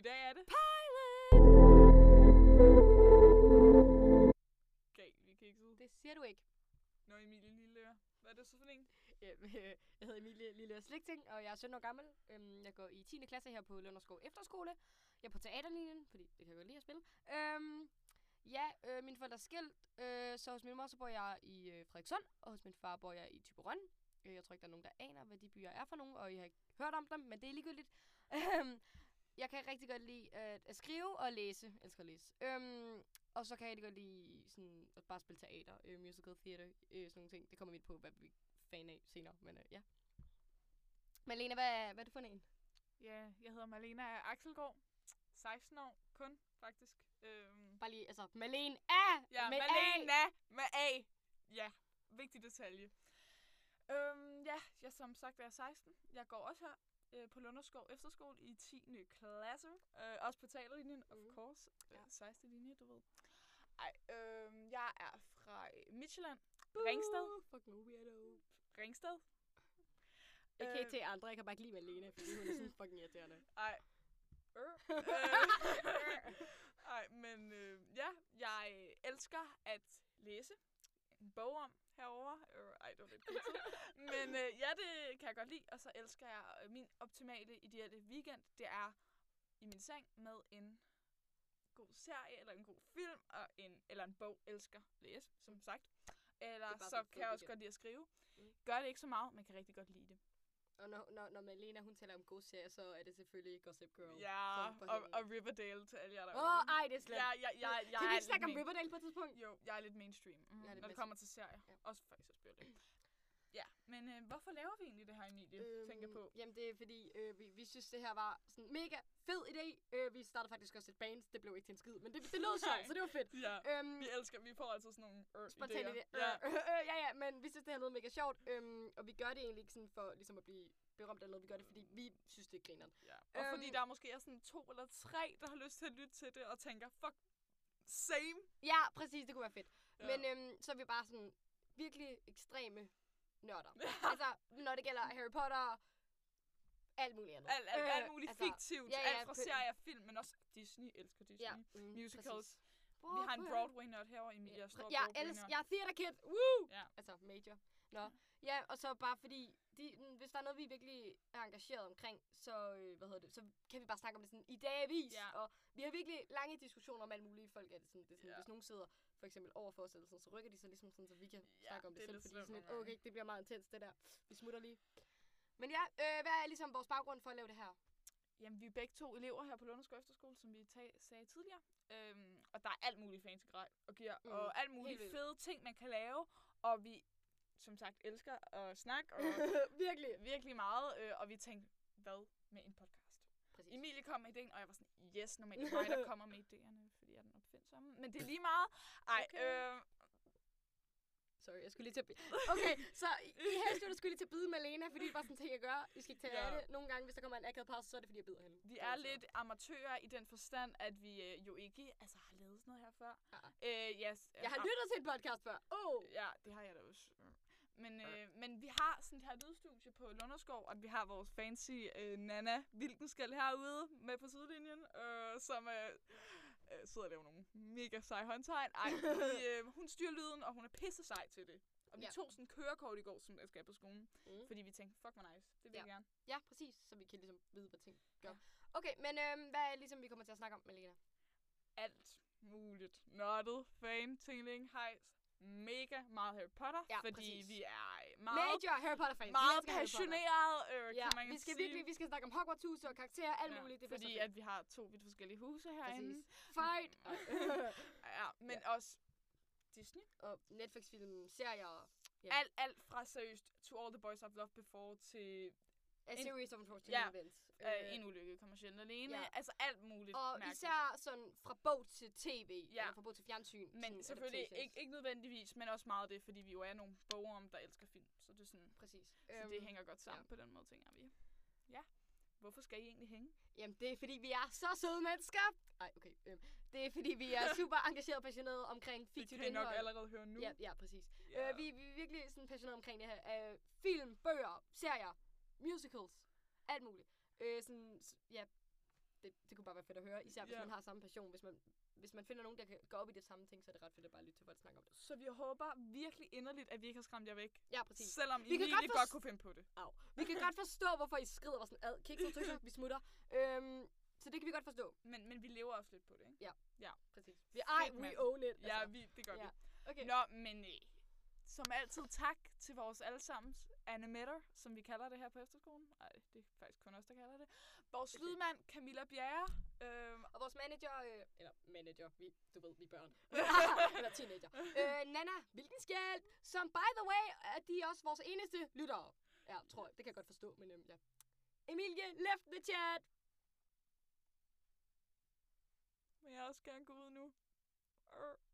dag er det Pilot! Gav vi kikset. Det siger du ikke. Nå, Emilie Lilleøre. Hvad er det så for en? Jeg hedder Emilie Lilleøre Slikting, og jeg er 17 år gammel. Jeg går i 10. klasse her på Lunderskov Efterskole. Jeg er på teaterlinjen, fordi det kan jeg godt lide at spille. Mine forældre er skilt, så hos min mor så bor jeg i Frederikssund, og hos min far bor jeg i Thyborøn. Jeg tror ikke, der er nogen, der aner, hvad de byer er for nogen, og jeg har ikke hørt om dem, men det er ligegyldigt. Jeg kan rigtig godt lide at skrive og læse. Jeg elsker at læse. Og så kan jeg rigtig godt lide sådan, at bare spille teater, musical theater, sådan nogle ting. Det kommer vi på, hvad vi er fan af senere, men ja. Malene, hvad er du for en? Ja, jeg hedder Malena Axelgaard. 16 år kun, faktisk. Bare lige, altså, Malene A! Ja, med Malena med A. Ja, vigtig detalje. Jeg som sagt er 16. Jeg går også her på Lunderskov Efterskole i 10. klasse. Også på teaterlinjen, of course. 16. linje, du ved. Jeg er fra Midtjylland. Ringsted. Fucking weirdo. Ringsted. Ikke til andre, jeg kan bare ikke lide Malene, fordi hun er sådan fucking irriterende. Jeg elsker at læse en bog om herovre. Det var lidt pinligt. Men det kan jeg godt lide. Og så elsker jeg min optimale, ideelle weekend. Det er i min seng med en god serie, eller en god film, og eller en bog. Elsker læse, som sagt. Eller så kan jeg også godt lide at skrive. Gør det ikke så meget, men kan rigtig godt lide det. Og når Malena, hun taler om gode serier, så er det selvfølgelig Gossip Girl. Ja, og Riverdale til alle jer der. Ej, det er slemt. Kan vi ikke snakke om Riverdale på et tidspunkt? Jo, jeg er lidt mainstream, når det kommer til serier. Ja. Også faktisk at spille det. Ja, men hvorfor laver vi egentlig det her, Emilie, tænker på? Jamen, det er fordi, vi synes, det her var sådan en mega fed idé. Vi startede faktisk også et band. Det blev ikke til en skid, men det lød sjovt, så det var fedt. Ja, vi får altid sådan nogle spontane idéer. Men vi synes, det her lød mega sjovt. Og vi gør det egentlig ikke sådan for ligesom at blive berømt eller noget. Vi gør det, fordi vi synes, det er grineren. Ja. Og fordi der måske er sådan 2 eller 3, der har lyst til at lytte til det og tænker, fuck, same. Ja, præcis, det kunne være fedt. Ja. Men så er vi bare sådan virkelig ekstreme nørder. Altså, når det gælder Harry Potter, alt muligt andet. Alt muligt fiktivt. Alt fra serier, film, men også Disney. Elsker Disney. Ja, musicals. Vi har en Broadway-nørd herovre, Emilie. Jeg er theater kid. Woo! Ja. Altså, major. Nå. Ja, og så bare fordi, hvis der er noget, vi virkelig er engageret omkring, så, så kan vi bare snakke om det sådan i dagvis. Ja. Og vi har virkelig lange diskussioner om alle mulige folk. Det er sådan, hvis nogen sidder for eksempel overfor os, eller sådan, så rykker de sig ligesom sådan, så vi kan snakke om det selv. Fordi sådan okay, det bliver meget intens, det der. Vi smutter lige. Men ja, hvad er ligesom vores baggrund for at lave det her? Jamen, vi er begge 2 elever her på Lunderskov Efterskole, som vi sagde tidligere. Og der er alt muligt fancy grej og gear, og alt muligt fede ting, man kan lave. Og vi, som sagt, elsker at snakke. Og virkelig meget. Og vi tænkte, hvad med en podcast? Præcis. Emilie kom med idéen, og jeg var sådan, yes, normalt er mig, der kommer med idéerne, fordi jeg er den opfindsomme. Men det er lige meget. Sorry, jeg skulle lige til at okay, så i helst du skulle lige til at bide Malena, fordi det er bare sådan ting, jeg gør. I skal ikke tage af det. Nogle gange, hvis der kommer en akavet pause, så er det, fordi jeg bider hende. Vi er lidt amatører i den forstand, at vi jo ikke har lavet sådan noget her før. Jeg har lyttet til en podcast før. Ja, det har jeg da også. Men vi har sådan et her lydstudie på Lunderskov, og vi har vores fancy Nana Wilkenskæld herude med på sidelinjen, som sidder og laver nogle mega seje håndtegn. Hun styrer lyden, og hun er pisse sej til det. Og vi tog sådan en kørekort i går, som jeg skal på skolen. Fordi vi tænkte, fuck hvor nice, det vil jeg gerne. Ja, præcis, så vi kan ligesom vide, hvad ting gør. Ja. Okay, men hvad er ligesom vi kommer til at snakke om, Malena? Alt muligt. Nørdet, fan, tingling, hejs. Mega meget Harry Potter, fordi præcis. Vi er major Harry Potter fans. Meget passioneret, kan man vi skal sige. Vi skal snakke om Hogwarts-huse og karakterer, alt muligt. Det fordi at vi har 2 vidt forskellige huse herinde. Fight! Men også Disney. Og Netflix-film, serier. Alt fra seriøst To All the Boys I've Loved Before til A Series of Unfortunate Events. En ulykke kommercielt alene. Altså alt muligt og mærkeligt. Især sådan fra bog til tv, eller fra bog til fjernsyn. Men selvfølgelig ikke nødvendigvis, men også meget det, fordi vi jo er nogle bogere, der elsker film. Så det er sådan, præcis. Så det hænger godt sammen på den måde, tænker vi. Ja. Hvorfor skal I egentlig hænge? Jamen, det er fordi, vi er så søde mennesker. Okay. Det er fordi, vi er super engagerede og passionerede omkring fiktivt indhold. Det kan I nok allerede høre nu. Ja, præcis. Vi er virkelig sådan passionerede omkring det her. Film, bøger, serier, musicals, alt muligt. det kunne bare være fedt at høre. Især hvis Ja. man har samme passion. Hvis man finder nogen, der kan gå op i det samme ting, så er det ret fedt at bare lytte til folk snakke om det. Så vi håber virkelig inderligt, at vi ikke har skræmt jer væk. Ja, præcis. Selvom I Vi kan virkelig godt godt kunne finde på det. Au. Vi kan godt forstå, hvorfor I skrider og sådan, kikser og tøser, vi smutter. Så det kan vi godt forstå. Men vi lever også lidt på det, ikke? Præcis. Fedt, We mand. own it. Ja, Altså. det gør vi. Okay. Nå, men som altid tak til vores allesammens animator, som vi kalder det her på efterskolen. Nej, det er faktisk kun os, der kalder det. Vores lydmand, Camilla Bjerre. Og vores manager, du ved, vi er børn. Eller teenager. Nana Wilkenskjælp, som by the way, er de også vores eneste lyttere. Ja, tror jeg. Det kan jeg godt forstå, men ja. Emilie, left the chat. Vil jeg også gerne gå ud nu?